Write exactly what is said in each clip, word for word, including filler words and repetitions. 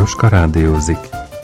Jóska rádiózik.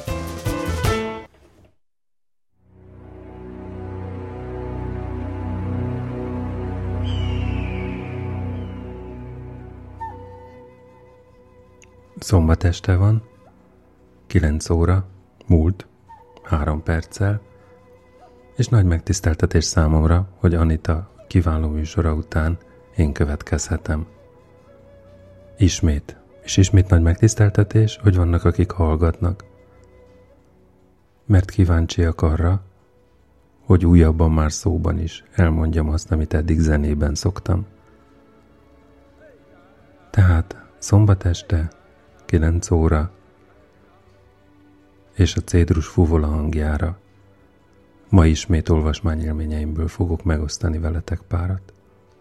Szombat este van, kilenc óra, múlt, három perccel, és nagy megtiszteltetés számomra, hogy Anita kiváló műsora után én következhetem. Ismét, és ismét nagy megtiszteltetés, hogy vannak, akik hallgatnak, mert kíváncsiak arra, hogy újabban már szóban is elmondjam azt, amit eddig zenében szoktam. Tehát szombat este, kilenc óra, és a cédrus fuvola hangjára ma ismét olvasmányélményeimből fogok megosztani veletek párat.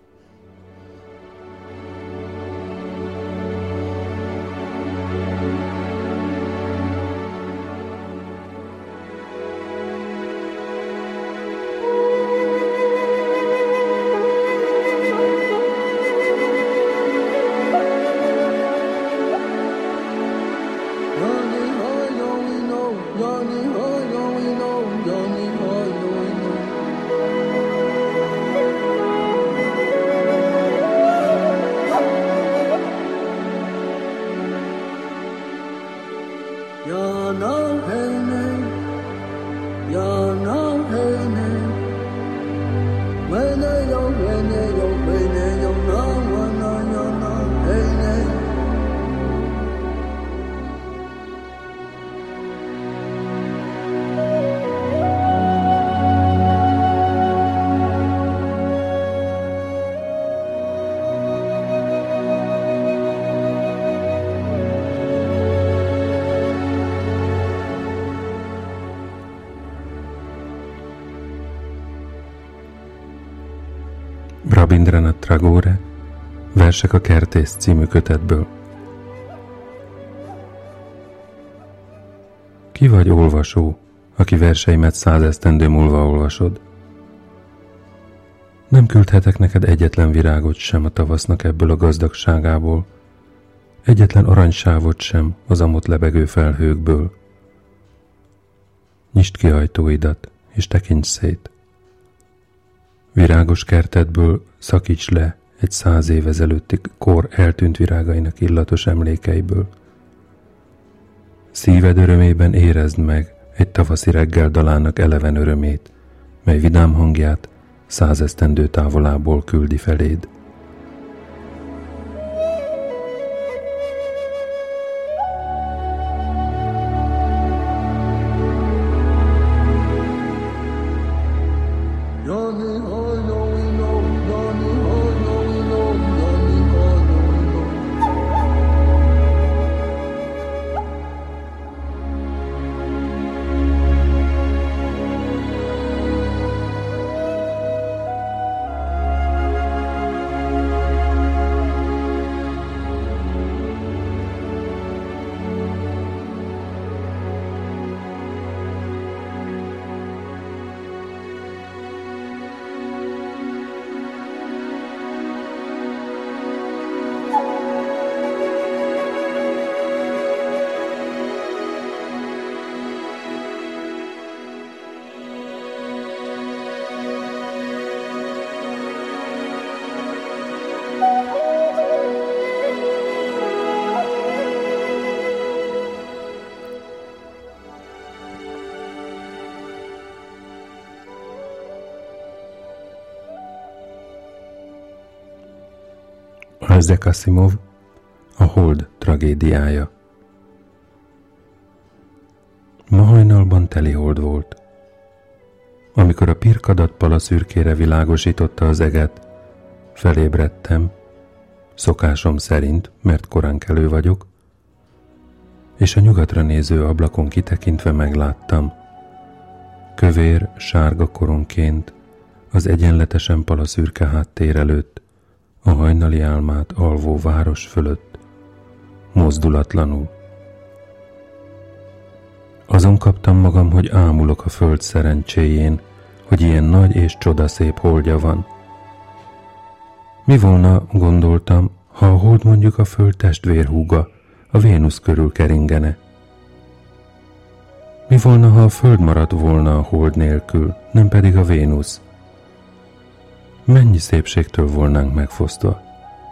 Rabindranath Tagore, Versek a kertész című kötetből. Ki vagy, olvasó, aki verseimet száz esztendő múlva olvasod? Nem küldhetek neked egyetlen virágot sem a tavasznak ebből a gazdagságából, egyetlen aranysávot sem az amott lebegő felhőkből. Nyisd ki ajtóidat, és tekints szét. Virágos kertedből szakíts le egy száz év ezelőtti kor eltűnt virágainak illatos emlékeiből. Szíved örömében érezd meg egy tavaszi reggel dalának eleven örömét, mely vidám hangját száz esztendő távolából küldi feléd. Isaac Asimov, a Hold tragédiája. Ma hajnalban teli hold volt. Amikor a pirkadat palaszürkére világosította az eget, felébredtem, szokásom szerint, mert koránkelő vagyok, és a nyugatra néző ablakon kitekintve megláttam. Kövér, sárga koronként az egyenletesen palaszürke háttér előtt a hajnali álmát alvó város fölött, mozdulatlanul. Azon kaptam magam, hogy ámulok a föld szerencséjén, hogy ilyen nagy és csodaszép holdja van. Mi volna, gondoltam, ha a hold mondjuk a föld testvérhúga, a Vénusz körül keringene, Mi volna, ha a Föld maradt volna a hold nélkül, nem pedig a Vénusz? Mennyi szépségtől volnánk megfosztva?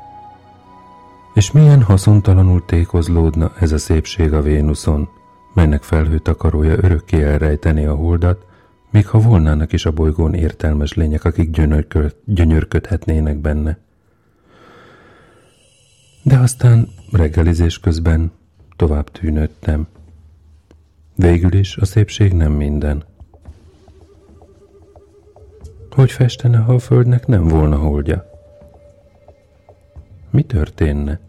És milyen haszontalanul tékozlódna ez a szépség a Vénuszon, melynek felhőtakarója örökké elrejteni a holdat, még ha volnának is a bolygón értelmes lények, akik gyönyörkö- gyönyörködhetnének benne. De aztán reggelizés közben tovább tűnődtem. Végül is a szépség nem minden. Hogy festene, ha a Földnek nem volna holdja? Mi történne?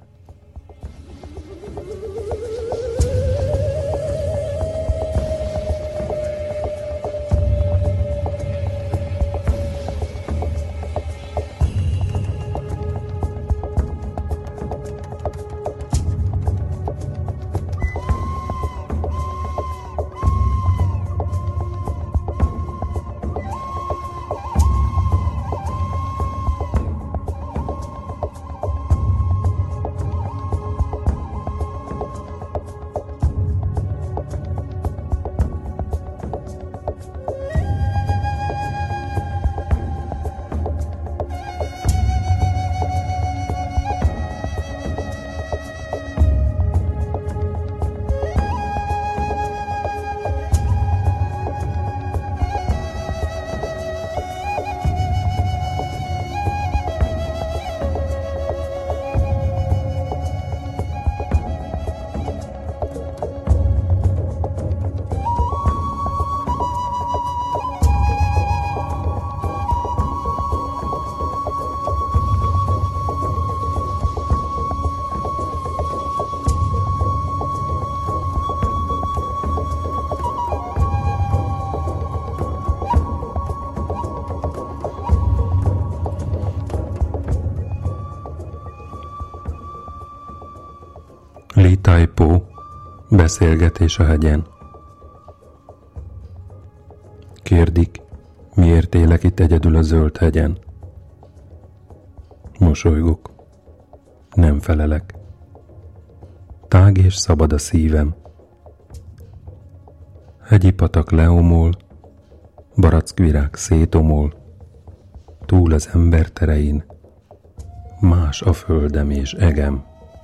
Li Taipo, beszélgetés a hegyen. Kérdik, miért élek itt egyedül a zöld hegyen? Mosolygok. Nem felelek. Tág és szabad a szívem. Hegyi patak leomol, barackvirág szétomol, túl az ember terein, más a földem és egem.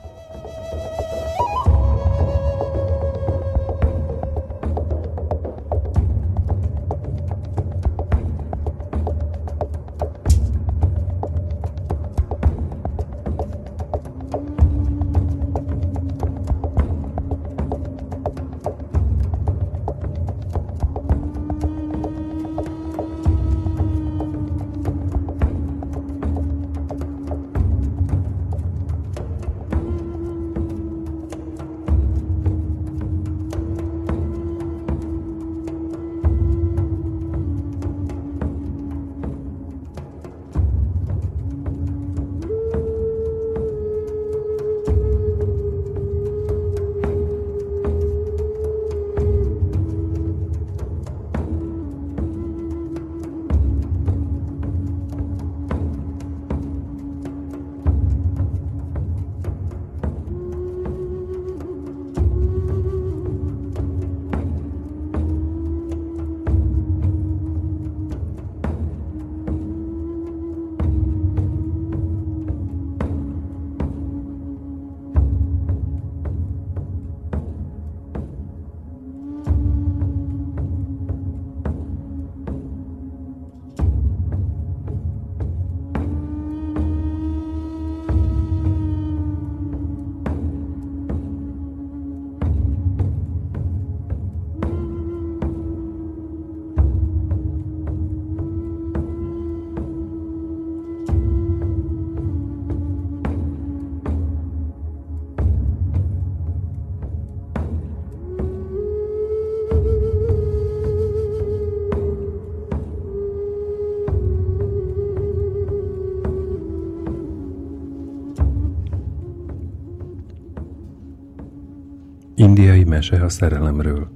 Indiai mese a szerelemről.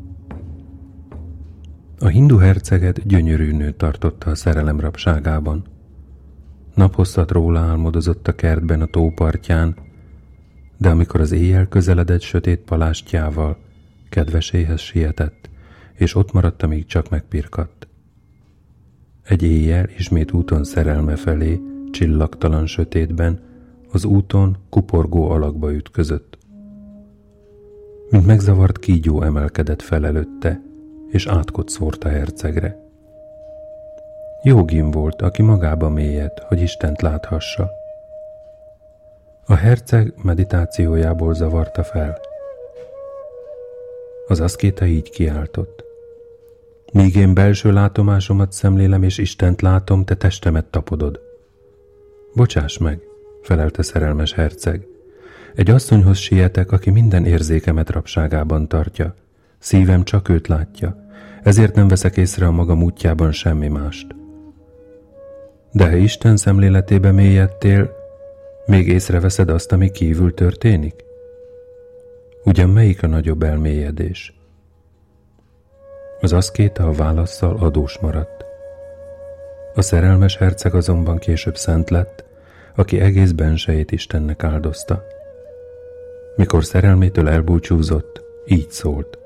A hindu herceget gyönyörű nő tartotta a szerelem rabságában. Naphosszat róla álmodozott a kertben a tó partján, de amikor az éjjel közeledett sötét palástjával, kedveséhez sietett, és ott maradt, amíg csak megpirkadt. Egy éjjel ismét úton szerelme felé, csillagtalan sötétben, az úton kuporgó alakba ütközött. Mint megzavart kígyó emelkedett fel előtte, és átkot szórt a hercegre. Jógin volt, aki magába mélyed, hogy Istent láthassa. A herceg meditációjából zavarta fel. Az aszkéta így kiáltott. Míg én belső látomásomat szemlélem és Istent látom, te testemet tapodod. Bocsáss meg, felelte szerelmes herceg. Egy asszonyhoz sietek, aki minden érzékemet rabságában tartja. Szívem csak őt látja, ezért nem veszek észre a magam útjában semmi mást. De ha Isten szemléletébe mélyedtél, még észreveszed azt, ami kívül történik? Ugyan melyik a nagyobb elmélyedés? Az aszkéta a válasszal adós maradt. A szerelmes herceg azonban később szent lett, aki egész bensejét Istennek áldozta. Mikor szerelmétől elbúcsúzott, így szólt.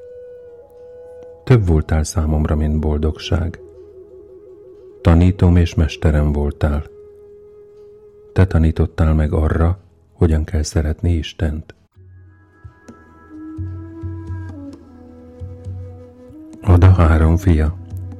Több voltál számomra, mint boldogság. Tanítom és mesterem voltál. Te tanítottál meg arra, hogyan kell szeretni Istent. Ada három fia.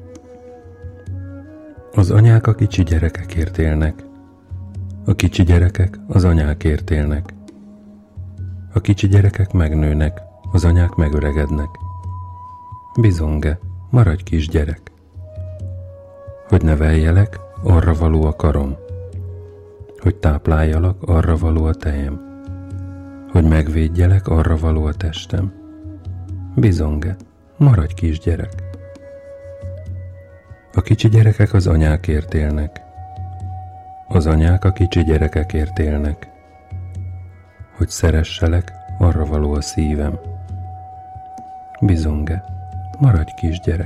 Az anyák a kicsi gyerekekért élnek. A kicsi gyerekek az anyákért élnek. A kicsi gyerekek megnőnek, az anyák megöregednek. Bizonge, maradj kisgyerek. Hogy neveljelek, arra való a karom. Hogy tápláljalak, arra való a tejem. Hogy megvédjelek, arra való a testem. Bizonge, maradj kisgyerek. A kicsi gyerekek az anyákért élnek. Az anyák a kicsi gyerekekért élnek. Hogy szeresselek, arra való a szívem. Bizonge, maradj kisgyerek.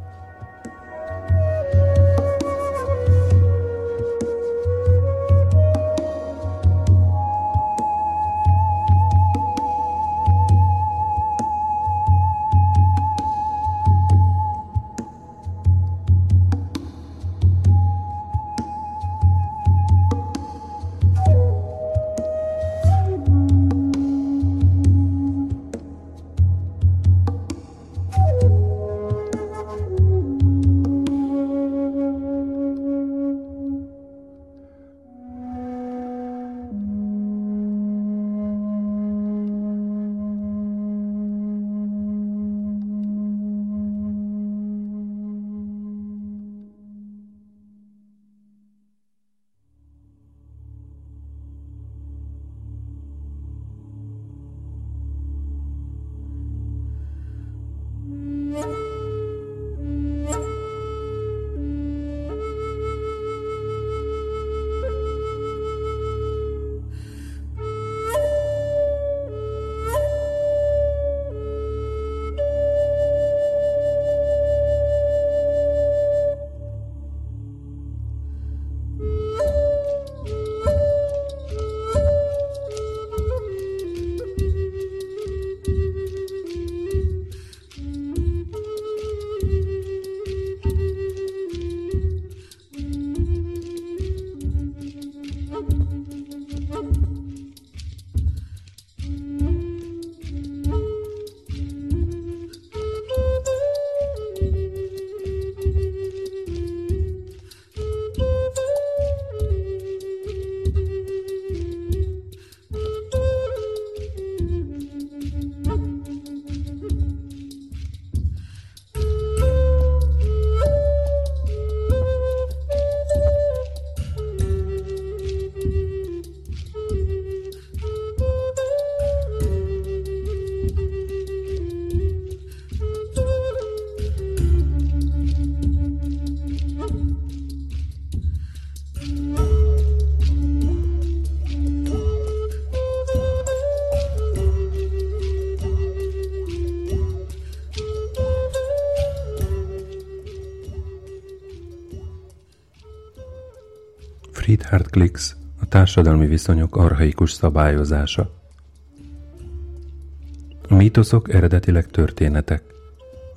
Friedhard Klix, a társadalmi viszonyok archaikus szabályozása. A mítoszok eredetileg történetek,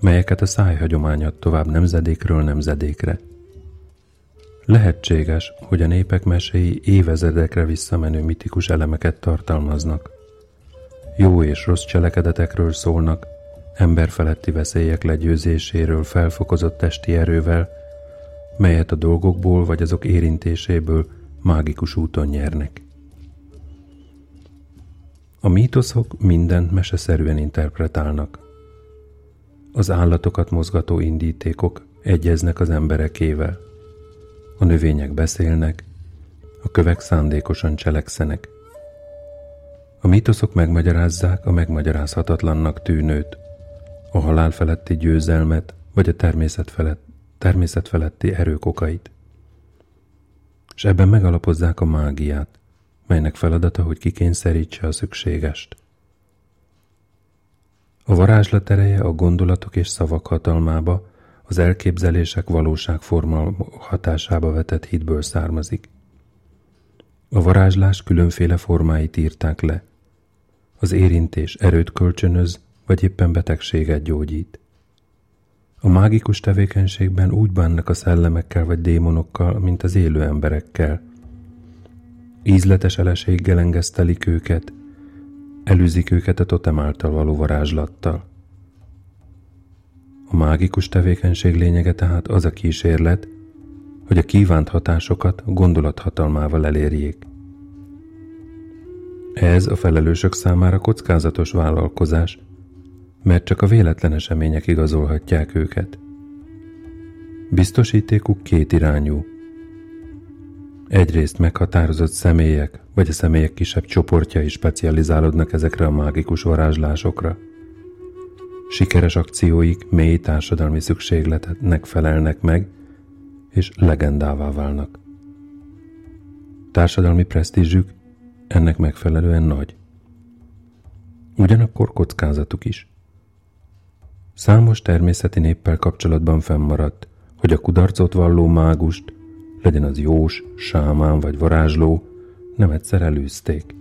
melyeket a szájhagyomány ad tovább nemzedékről nemzedékre. Lehetséges, hogy a népek meséi évezredekre visszamenő mitikus elemeket tartalmaznak. Jó és rossz cselekedetekről szólnak, emberfeletti veszélyek legyőzéséről felfokozott testi erővel, melyet a dolgokból vagy azok érintéséből mágikus úton nyernek. A mítoszok mindent meseszerűen interpretálnak. Az állatokat mozgató indítékok egyeznek az emberekével. A növények beszélnek, a kövek szándékosan cselekszenek. A mítoszok megmagyarázzák a megmagyarázhatatlannak tűnőt, a halál feletti győzelmet vagy a természet, felett, természet feletti erők okait. És ebben megalapozzák a mágiát, melynek feladata, hogy kikényszerítse a szükségest. A varázslat ereje a gondolatok és szavak hatalmába, az elképzelések valóságforma hatásába vetett hitből származik. A varázslás különféle formáit írták le. Az érintés erőt kölcsönöz, vagy éppen betegséget gyógyít. A mágikus tevékenységben úgy bánnak a szellemekkel vagy démonokkal, mint az élő emberekkel. Ízletes eleséggel engesztelik őket, elűzik őket a totem által való varázslattal. A mágikus tevékenység lényege tehát az a kísérlet, hogy a kívánt hatásokat gondolat hatalmával elérjék. Ez a felelősök számára kockázatos vállalkozás, mert csak a véletlen események igazolhatják őket. Biztosítékuk kétirányú. Egyrészt meghatározott személyek, vagy a személyek kisebb csoportjai specializálódnak ezekre a mágikus varázslásokra. Sikeres akcióik mély társadalmi szükségletnek felelnek meg, és legendává válnak. Társadalmi presztízsük ennek megfelelően nagy. Ugyanakkor kockázatuk is. Számos természeti néppel kapcsolatban fennmaradt, hogy a kudarcot valló mágust, legyen az jós, sámán vagy varázsló, nem egyszer elűzték.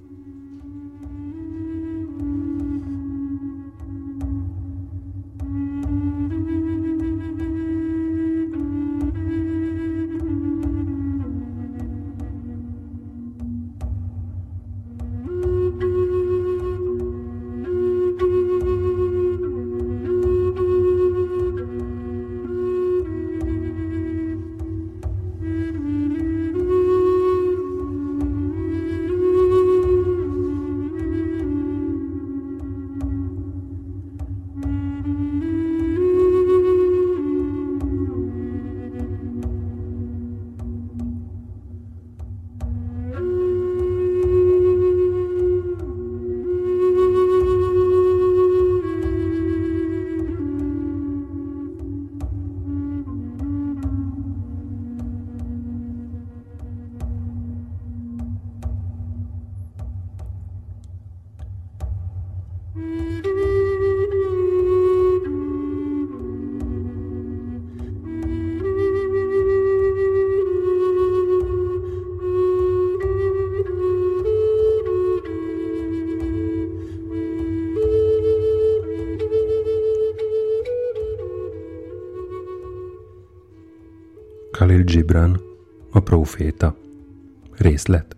Khalil Gibran, a próféta. Részlet.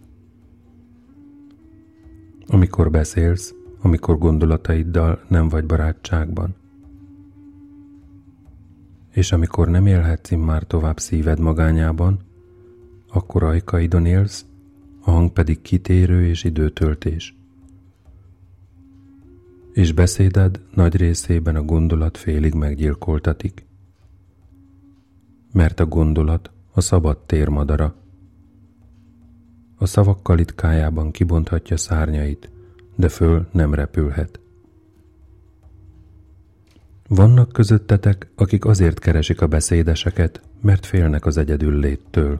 Amikor beszélsz, amikor gondolataiddal nem vagy barátságban. És amikor nem élhetsz immár tovább szíved magányában, akkor ajkaidon élsz, a hang pedig kitérő és időtöltés. És beszéded nagy részében a gondolat félig meggyilkoltatik. Mert a gondolat a szabad tér madara. A szavak kalitkájában kibonthatja szárnyait, de föl nem repülhet. Vannak közöttetek, akik azért keresik a beszédeseket, mert félnek az egyedülléttől.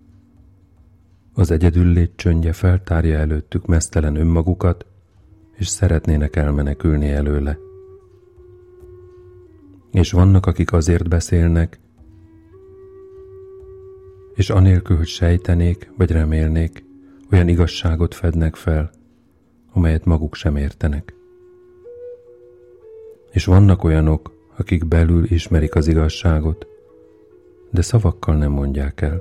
Az egyedüllét csöndje feltárja előttük meztelen önmagukat, és szeretnének elmenekülni előle. És vannak, akik azért beszélnek, és anélkül, hogy sejtenék vagy remélnék, olyan igazságot fednek fel, amelyet maguk sem értenek. És vannak olyanok, akik belül ismerik az igazságot, de szavakkal nem mondják el.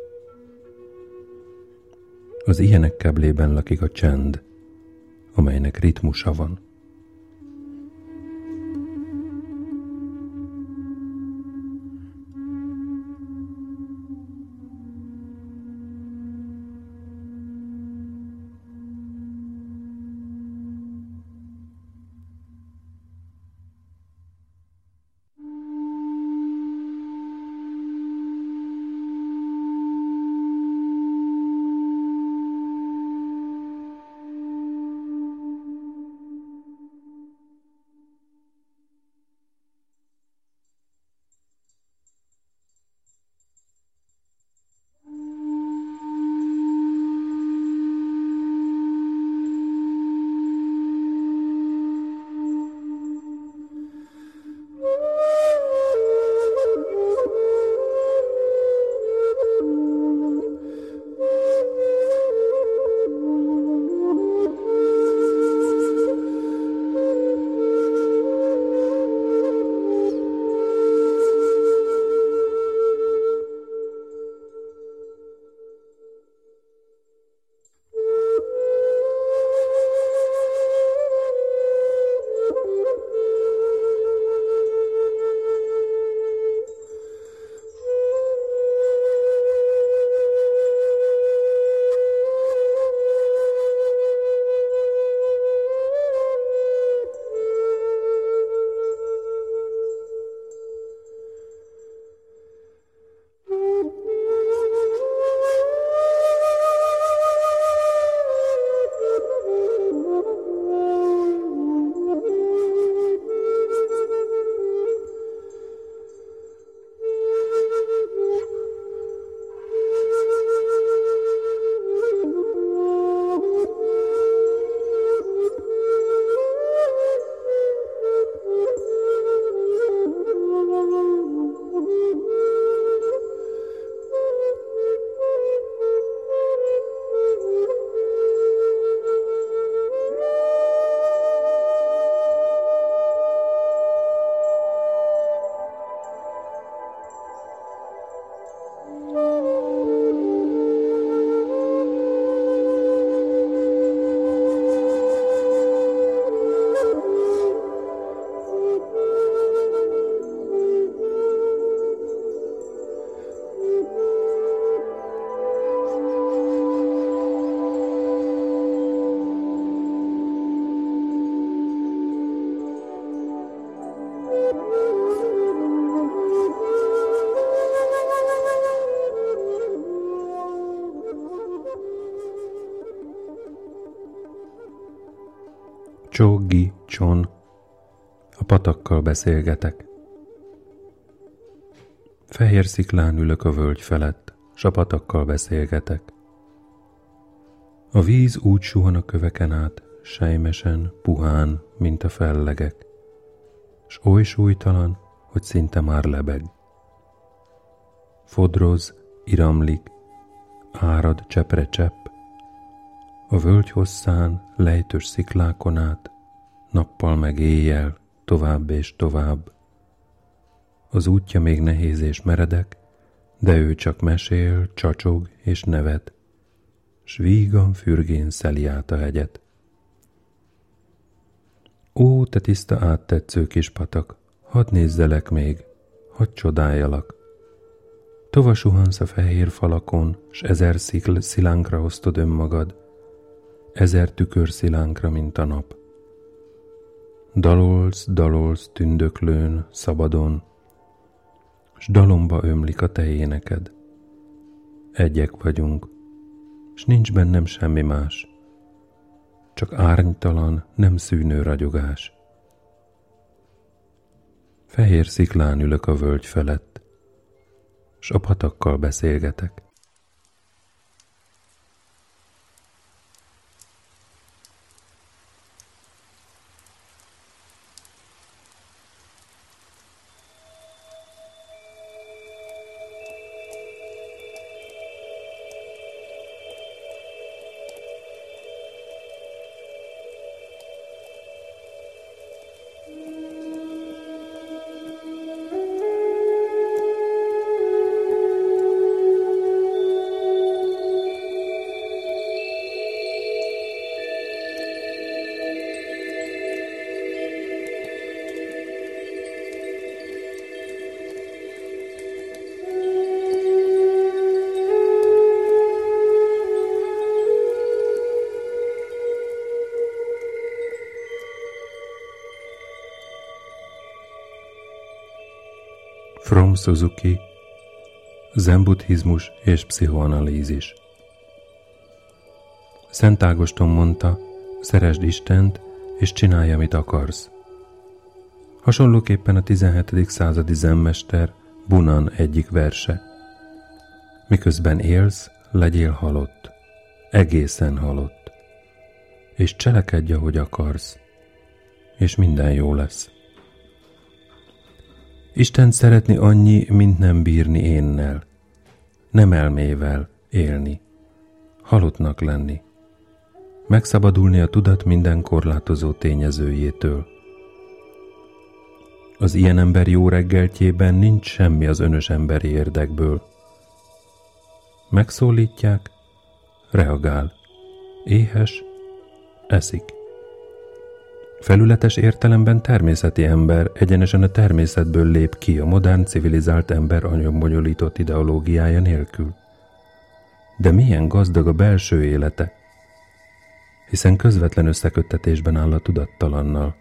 Az ilyenek keblében lakik a csend, amelynek ritmusa van. Csógi, cson, a patakkal beszélgetek. Fehér sziklán ülök a völgy felett, s a patakkal beszélgetek. A víz úgy suhan a köveken át, sejmesen, puhán, mint a fellegek, s oly súlytalan, hogy szinte már lebeg. Fodroz, iramlik, árad csepre csepp, a völgy hosszán, lejtős sziklákon át, nappal meg éjjel, tovább és tovább. Az útja még nehéz és meredek, de ő csak mesél, csacsog és nevet, s vígan fürgén szeli át a hegyet. Ó, te tiszta áttetsző kis patak, hadd nézzelek még, hadd csodáljalak. Tova suhansz a fehér falakon, s ezer szikl szilánkra osztod önmagad, ezer tükör szilánkra, mint a nap. Dalolsz, dalolsz tündöklőn, szabadon, s dalomba ömlik a te éneked. Egyek vagyunk, s nincs bennem semmi más, csak árnytalan, nem szűnő ragyogás. Fehér sziklán ülök a völgy felett, s a patakkal beszélgetek. Osamu Suzuki, zen-buddhizmus és pszichoanalízis. Szent Ágoston mondta, szeresd Istent, és csinálj, amit akarsz. Hasonlóképpen a tizenhetedik századi zenmester Bunan egyik verse. Miközben élsz, legyél halott, egészen halott, és cselekedj, ahogy akarsz, és minden jó lesz. Istent szeretni annyi, mint nem bírni énnel, nem elmével élni, halottnak lenni, megszabadulni a tudat minden korlátozó tényezőjétől. Az ilyen ember jó reggeltjében nincs semmi az önös emberi érdekből. Megszólítják, reagál, éhes, eszik. Felületes értelemben természeti ember egyenesen a természetből lép ki a modern civilizált ember anyagbonyolított ideológiája nélkül. De milyen gazdag a belső élete, hiszen közvetlen összeköttetésben áll a tudattalannal.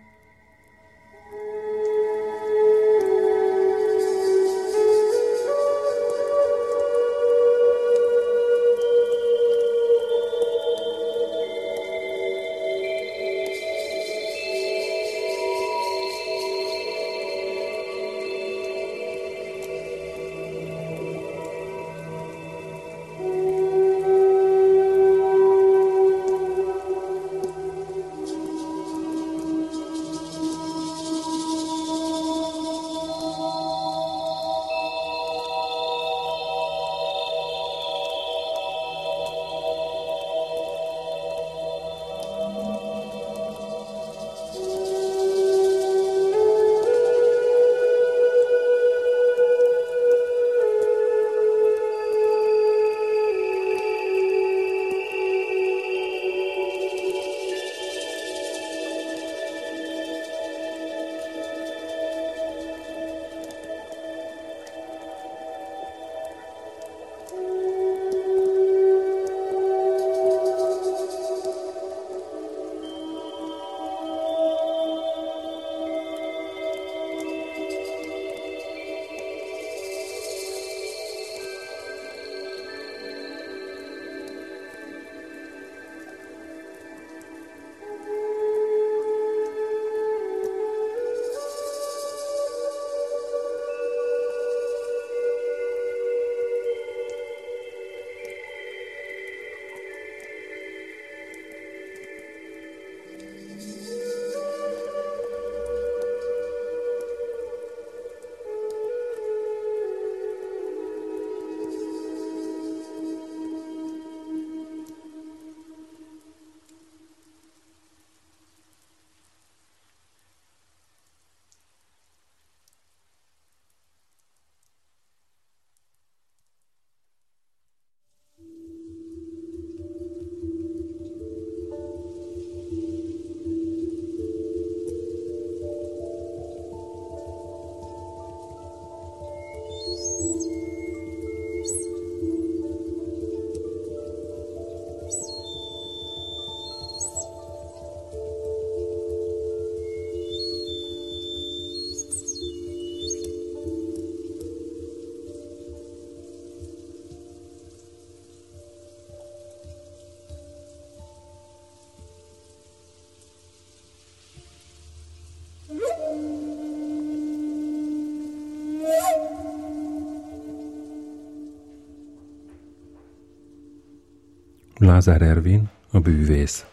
Lázár Ervin, a bűvész.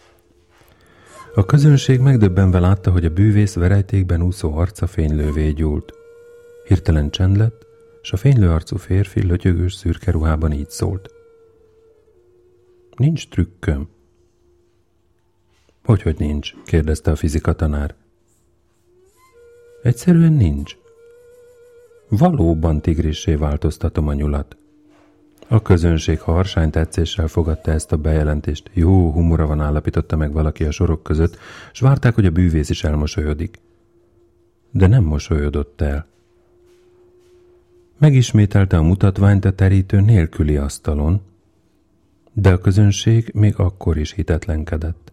A közönség megdöbbenve látta, hogy a bűvész verejtékben úszó arca fénylővé gyúlt. Hirtelen csend lett, s a fénylő arcú férfi lötyögős szürke ruhában így szólt. Nincs trükköm. Hogyhogy nincs? Kérdezte a fizika tanár. Egyszerűen nincs. Valóban tigrissé változtatom a nyulat. A közönség harsány tetszéssel fogadta ezt a bejelentést. Jó humora van, állapította meg valaki a sorok között, s várták, hogy a bűvész is elmosolyodik. De nem mosolyodott el. Megismételte a mutatványt a terítő nélküli asztalon, de a közönség még akkor is hitetlenkedett.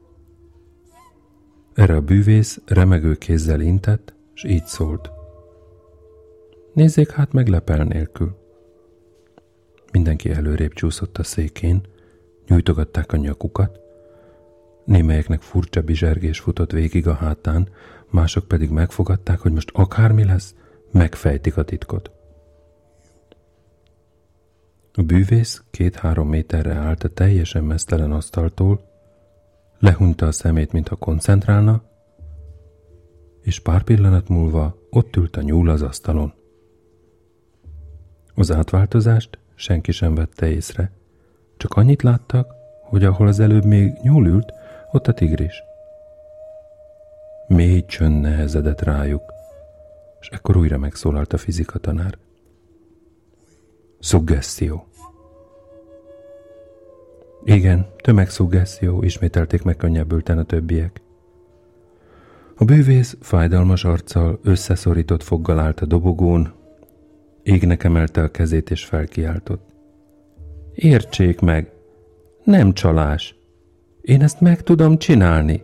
Erre a bűvész remegő kézzel intett, s így szólt. Nézzék hát meg lepel nélkül. Mindenki előrébb csúszott a székén, nyújtogatták a nyakukat, némelyeknek furcsa bizsergés futott végig a hátán, mások pedig megfogadták, hogy most akármi lesz, megfejtik a titkot. A bűvész két-három méterre állt a teljesen meztelen asztaltól, lehúnyta a szemét, mintha koncentrálna, és pár pillanat múlva ott ült a nyúl az asztalon. Az átváltozást senki sem vette észre, csak annyit láttak, hogy ahol az előbb még nyúl ült, ott a tigris. Mély csönd nehezedett rájuk, és ekkor újra megszólalt a fizikatanár. Szuggesztió. Igen, tömegszuggeszió, ismételték meg könnyebbülten a többiek. A bűvész fájdalmas arccal, összeszorított foggal állt a dobogón, égnek emelte a kezét és felkiáltott. Értsék meg, nem csalás. Én ezt meg tudom csinálni.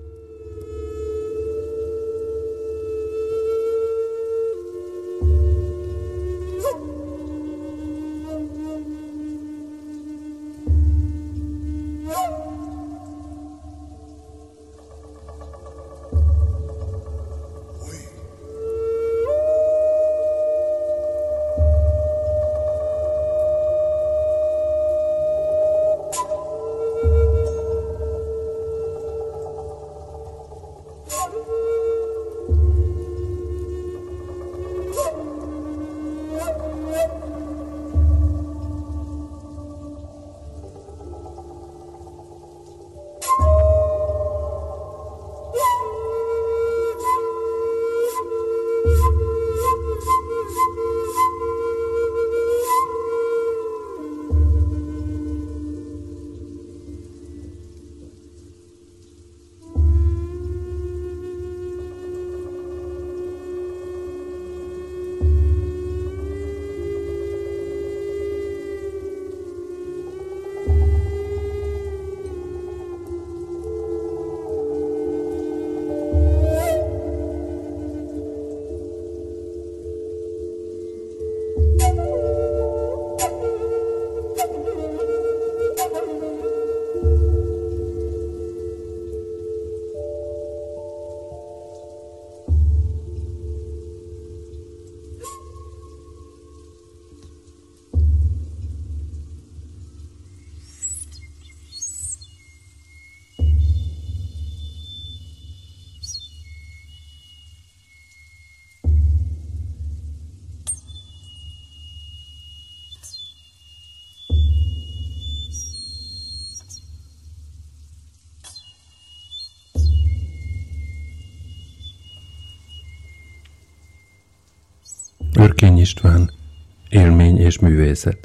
Örkény István, élmény és művészet.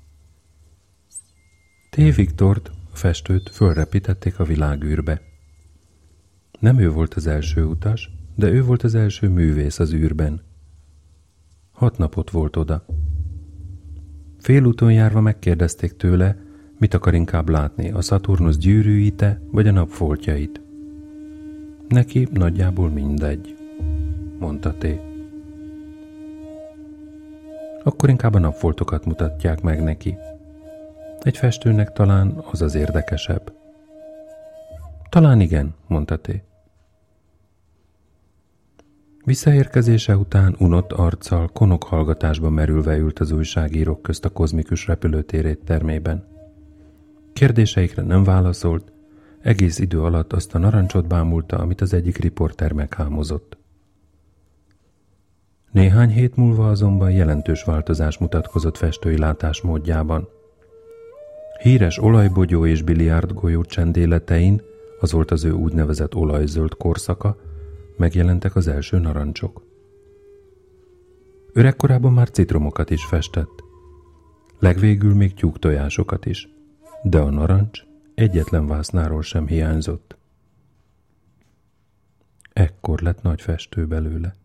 T. Viktort, a festőt fölrepítették a világűrbe. Nem ő volt az első utas, de ő volt az első művész az űrben. Hat napot volt oda. Félúton járva megkérdezték tőle, mit akar inkább látni, a Szaturnusz gyűrűite vagy a napfoltjait. Neki nagyjából mindegy, mondta T. Akkor inkább a napfoltokat mutatják meg neki. Egy festőnek talán az az érdekesebb. Talán igen, mondta T. Visszaérkezése után unott arccal, konok hallgatásba merülve ült az újságírók közt a kozmikus repülőtér éttermében. Kérdéseikre nem válaszolt, egész idő alatt azt a narancsot bámulta, amit az egyik riporter meghámozott. Néhány hét múlva azonban jelentős változás mutatkozott festői látásmódjában. Híres olajbogyó és biliárdgolyó csendéletein, az volt az ő úgynevezett olajzöld korszaka, megjelentek az első narancsok. Öregkorában már citromokat is festett, legvégül még tyúktojásokat is, de a narancs egyetlen vásznáról sem hiányzott. Ekkor lett nagy festő belőle.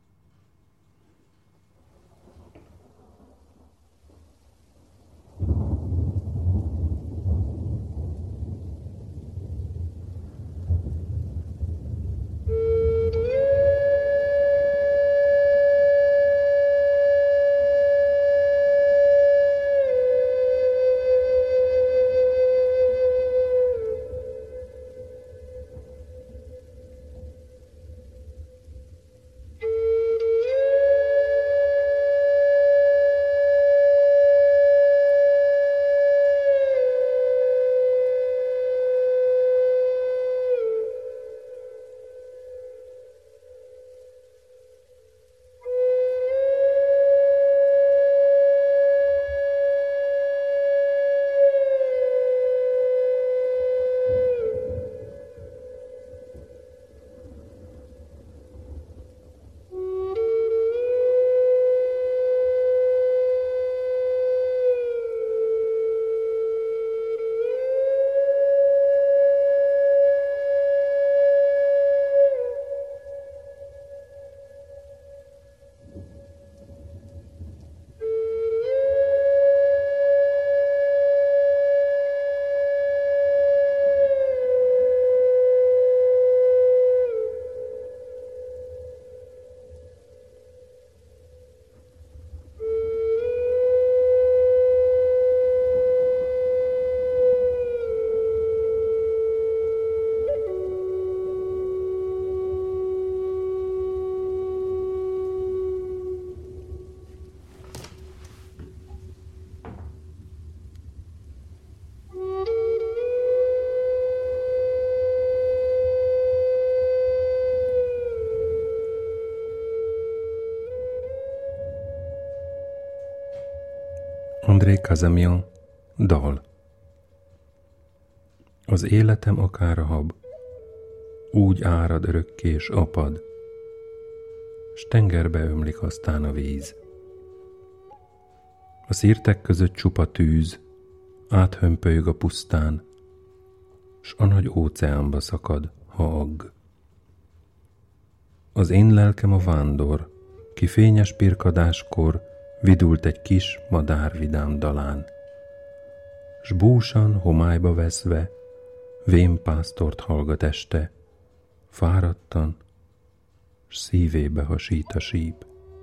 André Cazamian, dal. Az életem akár a hab, úgy árad örökké s apad, s tengerbe ömlik aztán a víz. A szirtek között csupa tűz, áthömpölyög a pusztán, s a nagy óceánba szakad, ha agg. Az én lelkem a vándor, ki fényes pirkadáskor vidult egy kis madár vidám dalán, s búsan homályba veszve vén pásztort hallgat este, fáradtan, s szívébe hasít a síp.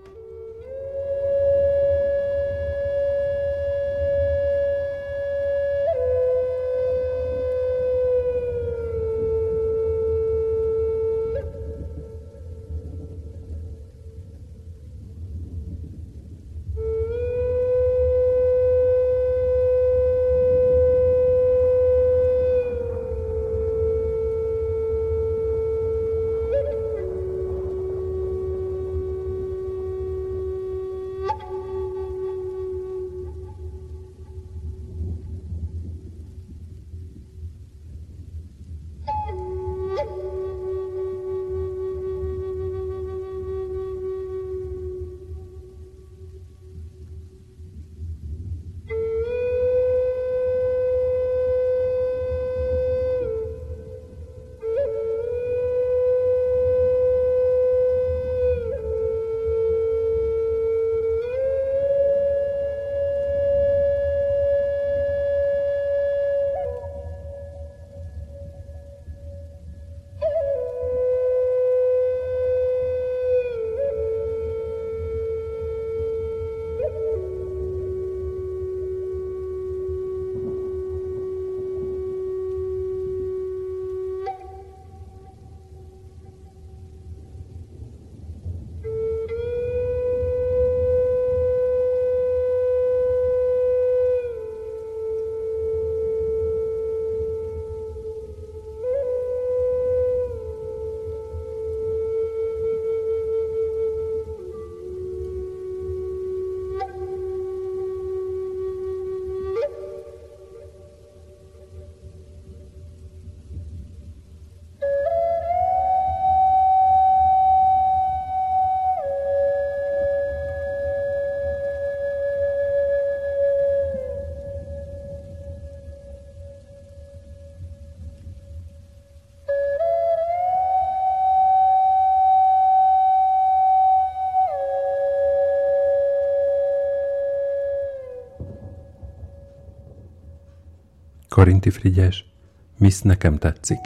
Karinti Frigyes, Miss nekem tetszik.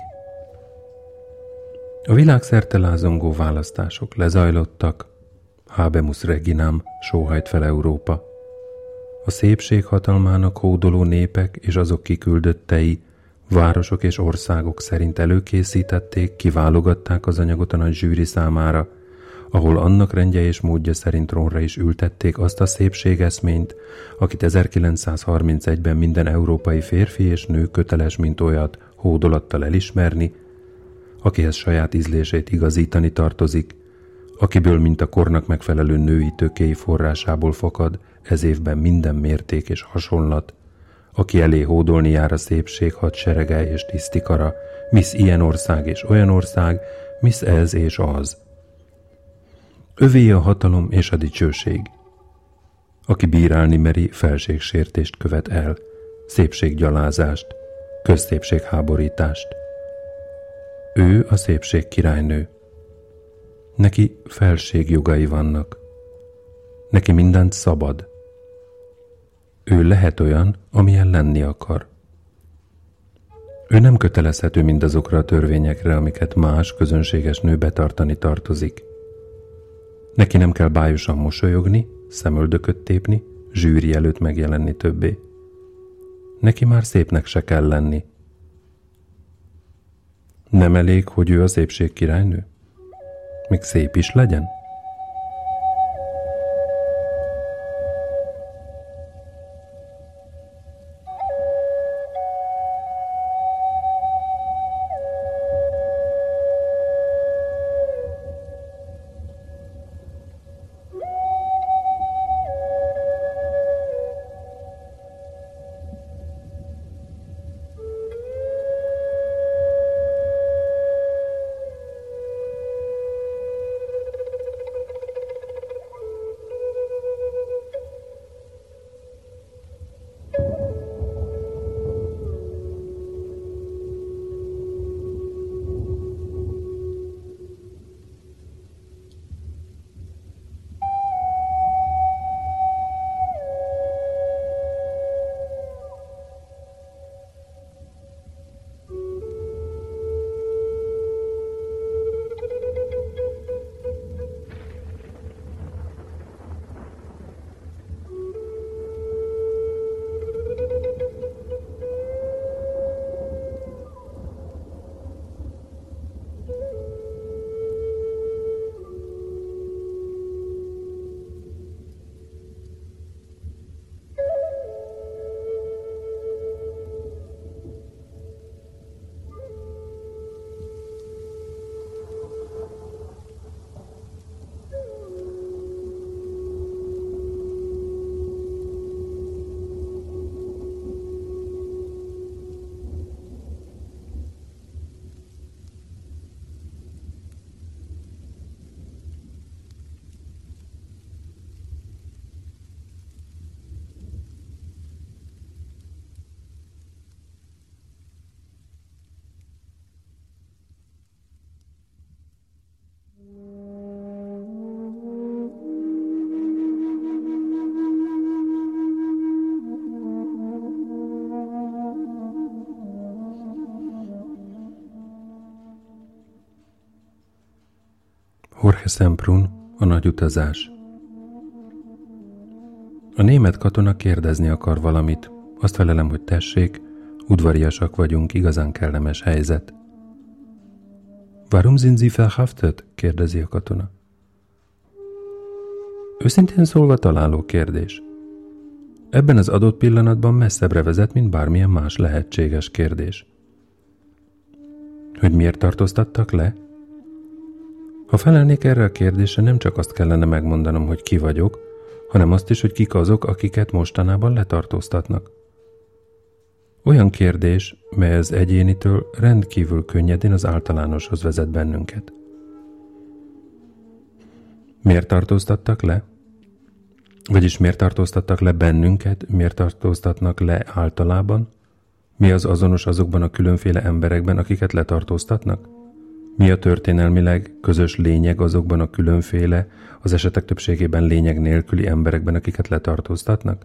A világszerte lázongó választások lezajlottak, Habemus Reginam sóhajt fel Európa. A szépség hatalmának hódoló népek és azok kiküldöttei városok és országok szerint előkészítették, kiválogatták az anyagot a nagy zsűri számára, ahol annak rendje és módja szerint trónra is ültették azt a szépségeszményt, akit ezerkilencszázharmincegyben minden európai férfi és nő köteles, mint olyat, hódolattal elismerni, akihez saját ízlését igazítani tartozik, akiből, mint a kornak megfelelő női tökéi forrásából fakad ez évben minden mérték és hasonlat, aki elé hódolni jár a szépség hadserege és tisztikara, Miss ilyen ország és olyan ország, Miss ez és az. Övé a hatalom és a dicsőség. Aki bírálni meri, felségsértést követ el, szépséggyalázást, közszépségháborítást. Ő a szépség királynő. Neki felségjogai vannak. Neki mindent szabad. Ő lehet olyan, amilyen lenni akar. Ő nem kötelezhető mindazokra a törvényekre, amiket más közönséges nő betartani tartozik. Neki nem kell bájosan mosolyogni, szemöldököt tépni, zsűri előtt megjelenni többé. Neki már szépnek se kell lenni. Nem elég, hogy ő a szépség királynő? Még szép is legyen? Semprún, a nagy utazás. A német katona kérdezni akar valamit. Azt felelem, hogy tessék, udvariasak vagyunk, igazán kellemes helyzet. Warum sind Sie verhaftet? Kérdezi a katona. Őszintén szólva találó kérdés. Ebben az adott pillanatban messzebbre vezet, mint bármilyen más lehetséges kérdés. Hogy miért tartóztattak le? Ha felelnék erre a kérdésre, nem csak azt kellene megmondanom, hogy ki vagyok, hanem azt is, hogy kik azok, akiket mostanában letartóztatnak. Olyan kérdés, mely az egyénitől rendkívül könnyedén az általánoshoz vezet bennünket. Miért tartóztattak le? Vagyis miért tartóztattak le bennünket, miért tartóztatnak le általában? Mi az azonos azokban a különféle emberekben, akiket letartóztatnak? Mi a történelmileg közös lényeg azokban a különféle, az esetek többségében lényeg nélküli emberekben, akiket letartóztatnak?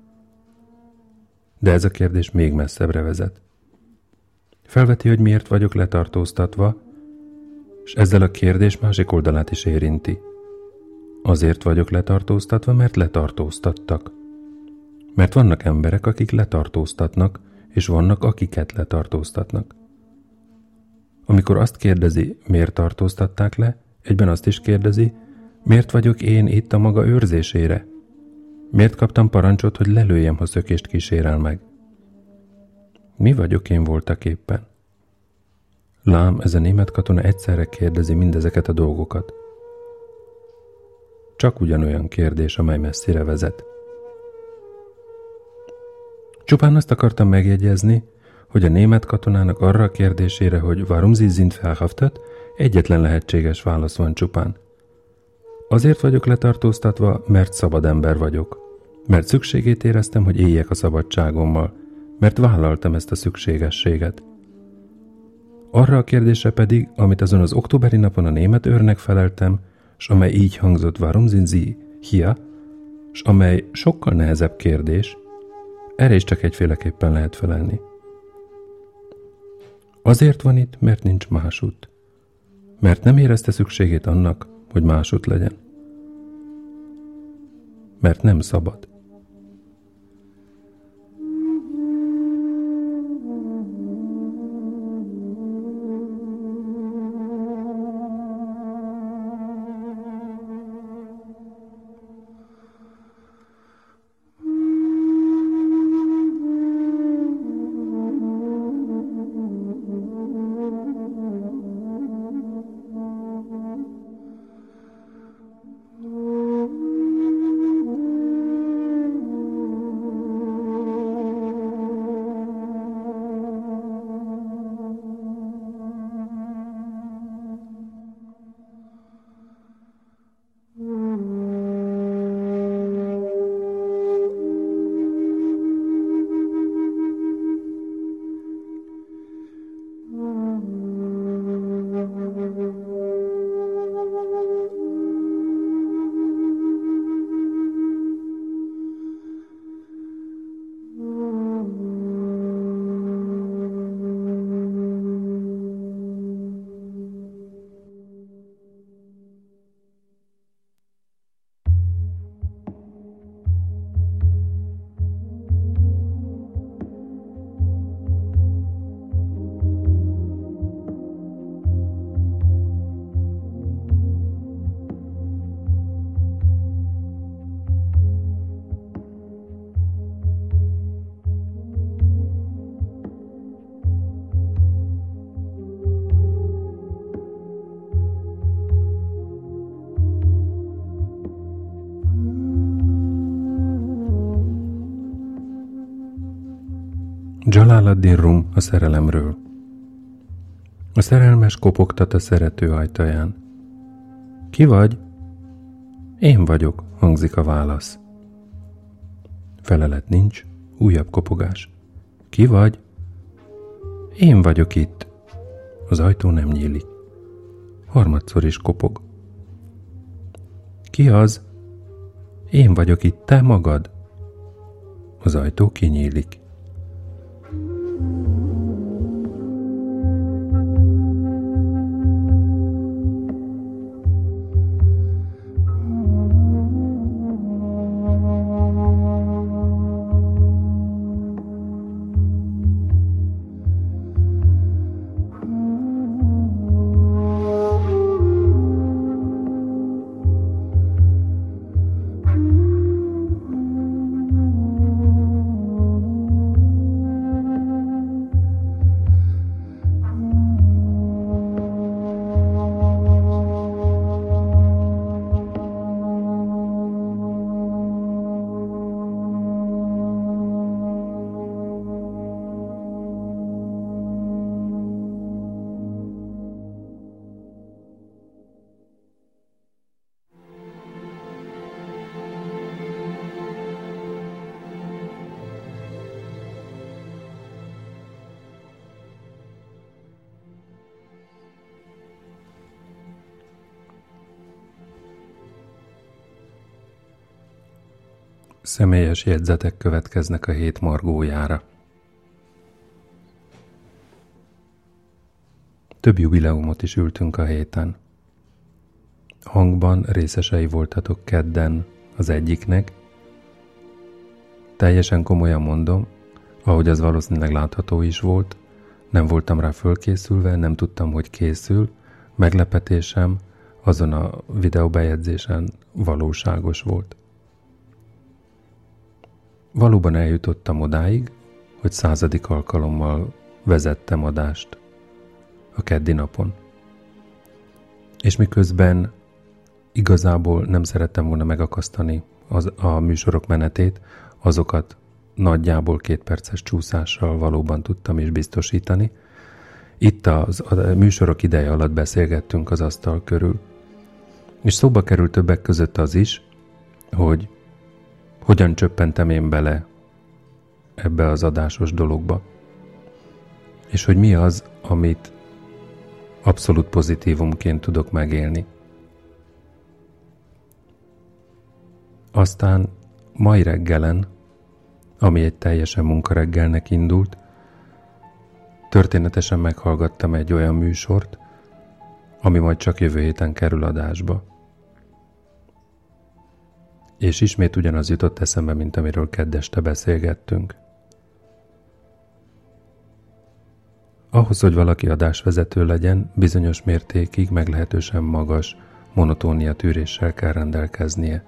De ez a kérdés még messzebbre vezet. Felveti, hogy miért vagyok letartóztatva, és ezzel a kérdés másik oldalát is érinti. Azért vagyok letartóztatva, mert letartóztattak. Mert vannak emberek, akik letartóztatnak, és vannak, akiket letartóztatnak. Amikor azt kérdezi, miért tartóztatták le, egyben azt is kérdezi, miért vagyok én itt a maga őrzésére? Miért kaptam parancsot, hogy lelőjem, ha szökést kísérel meg? Mi vagyok én voltak éppen? Lám, ez a német katona egyszerre kérdezi mindezeket a dolgokat. Csak ugyanolyan kérdés, amely messzire vezet. Csupán azt akartam megjegyezni, hogy a német katonának arra a kérdésére, hogy warum Sie sind verhaftet, egyetlen lehetséges válasz van csupán. Azért vagyok letartóztatva, mert szabad ember vagyok. Mert szükségét éreztem, hogy éljek a szabadságommal. Mert vállaltam ezt a szükségességet. Arra a kérdésre pedig, amit azon az októberi napon a német őrnek feleltem, s amely így hangzott warum sind Sie hier, s amely sokkal nehezebb kérdés, erre is csak egyféleképpen lehet felelni. Azért van itt, mert nincs másút. Mert nem érezte szükségét annak, hogy másút legyen. Mert nem szabad. Jalal ad-Din Rum a szerelemről. A szerelmes kopogtat a szerető ajtaján. Ki vagy? Én vagyok, hangzik a válasz. Felelet nincs, újabb kopogás. Ki vagy? Én vagyok itt. Az ajtó nem nyílik. Harmadszor is kopog. Ki az? Én vagyok itt, te magad. Az ajtó kinyílik. Személyes jegyzetek következnek a hét margójára. Több jubileumot is ültünk a héten. Hangban részesei voltatok kedden az egyiknek. Teljesen komolyan mondom, ahogy az valószínűleg látható is volt, nem voltam rá fölkészülve, nem tudtam, hogy készül, meglepetésem azon a videóbejegyzésen valóságos volt. Valóban eljutottam odáig, hogy századik alkalommal vezettem adást a keddi napon. És miközben igazából nem szerettem volna megakasztani az, a műsorok menetét, azokat nagyjából két perces csúszással valóban tudtam is biztosítani. Itt az, a műsorok ideje alatt beszélgettünk az asztal körül. És szóba került többek között az is, hogy hogyan csöppentem én bele ebbe az adásos dologba. És hogy mi az, amit abszolút pozitívumként tudok megélni. Aztán mai reggelen, ami egy teljesen munkareggelnek indult, történetesen meghallgattam egy olyan műsort, ami majd csak jövő héten kerül adásba. És ismét ugyanaz jutott eszembe, mint amiről kedd este beszélgettünk. Ahhoz, hogy valaki adásvezető legyen, bizonyos mértékig meglehetősen magas monotónia tűréssel kell rendelkeznie.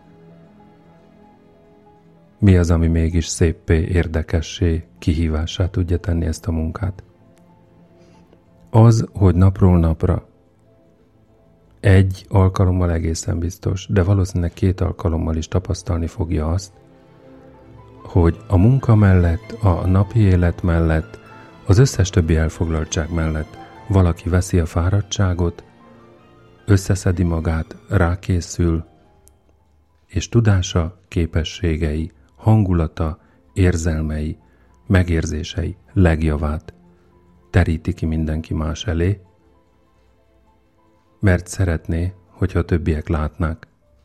Mi az, ami mégis széppé, érdekessé, kihívássá tudja tenni ezt a munkát? Az, hogy napról napra egy alkalommal egészen biztos, de valószínűleg két alkalommal is tapasztalni fogja azt, hogy a munka mellett, a napi élet mellett, az összes többi elfoglaltság mellett valaki veszi a fáradtságot, összeszedi magát, rákészül, és tudása, képességei, hangulata, érzelmei, megérzései legjavát teríti ki mindenki más elé, mert szeretné, hogyha a többiek látnák.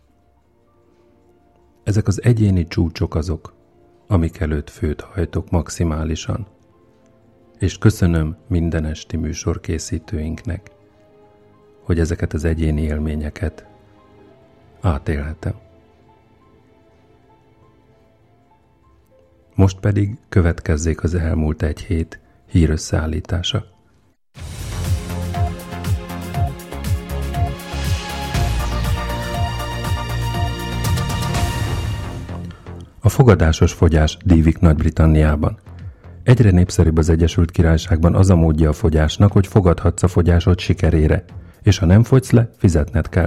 Ezek az egyéni csúcsok azok, amik előtt főt hajtok maximálisan. És köszönöm minden esti műsorkészítőinknek, hogy ezeket az egyéni élményeket átélhetem. Most pedig következzék az elmúlt egy hét hírösszeállítása. A fogadásos fogyás dívik Nagy-Britanniában. Egyre népszerűbb az Egyesült Királyságban az a módja a fogyásnak, hogy fogadhatsz a fogyásod sikerére, és ha nem fogysz le, fizetned kell.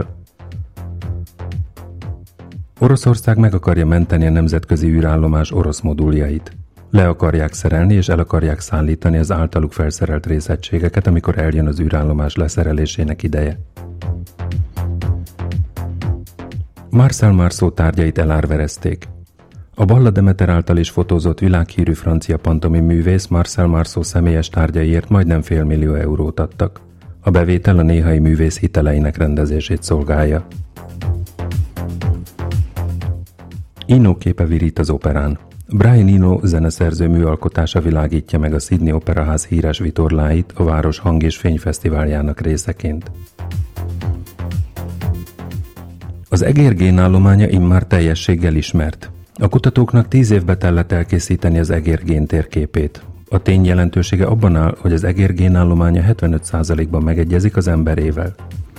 Oroszország meg akarja menteni a nemzetközi űrállomás orosz moduljait. Le akarják szerelni és el akarják szállítani az általuk felszerelt részegységeket, amikor eljön az űrállomás leszerelésének ideje. Marcel Marceau tárgyait elárverezték. A Balla Demeter által is fotózott világhírű francia pantomim művész Marcel Marceau személyes tárgyaiért majdnem fél millió eurót adtak. A bevétel a néhai művész hiteleinek rendezését szolgálja. Eno képe virít az operán. Brian Eno zeneszerző műalkotása világítja meg a Sydney Operaház híres vitorláit a város hang- és fényfesztiváljának részeként. Az egér génállománya immár teljességgel ismert. A kutatóknak tíz évbe tellett elkészíteni az egér géntérképét. A tény jelentősége abban áll, hogy az egér génállománya hetvenöt százalékban megegyezik az emberével.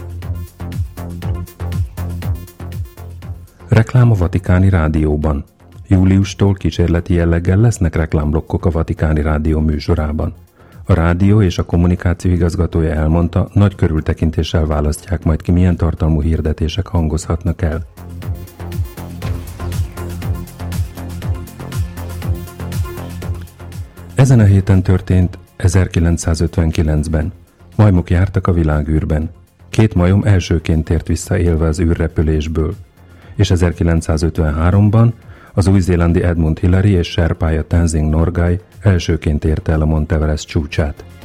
Reklám a Vatikáni Rádióban. Júliustól kísérleti jelleggel lesznek reklámblokkok a Vatikáni Rádió műsorában. A rádió és a kommunikáció igazgatója elmondta, nagy körültekintéssel választják majd ki, milyen tartalmú hirdetések hangozhatnak el. Ezen a héten történt ezerkilencszázötvenkilencben. Majmok jártak a világűrben. Két majom elsőként tért vissza élve az űrrepülésből. És ezerkilencszázötvenháromban az új-zélandi Edmund Hillary és serpája Tenzing Norgay elsőként érte el a Mount Everest csúcsát.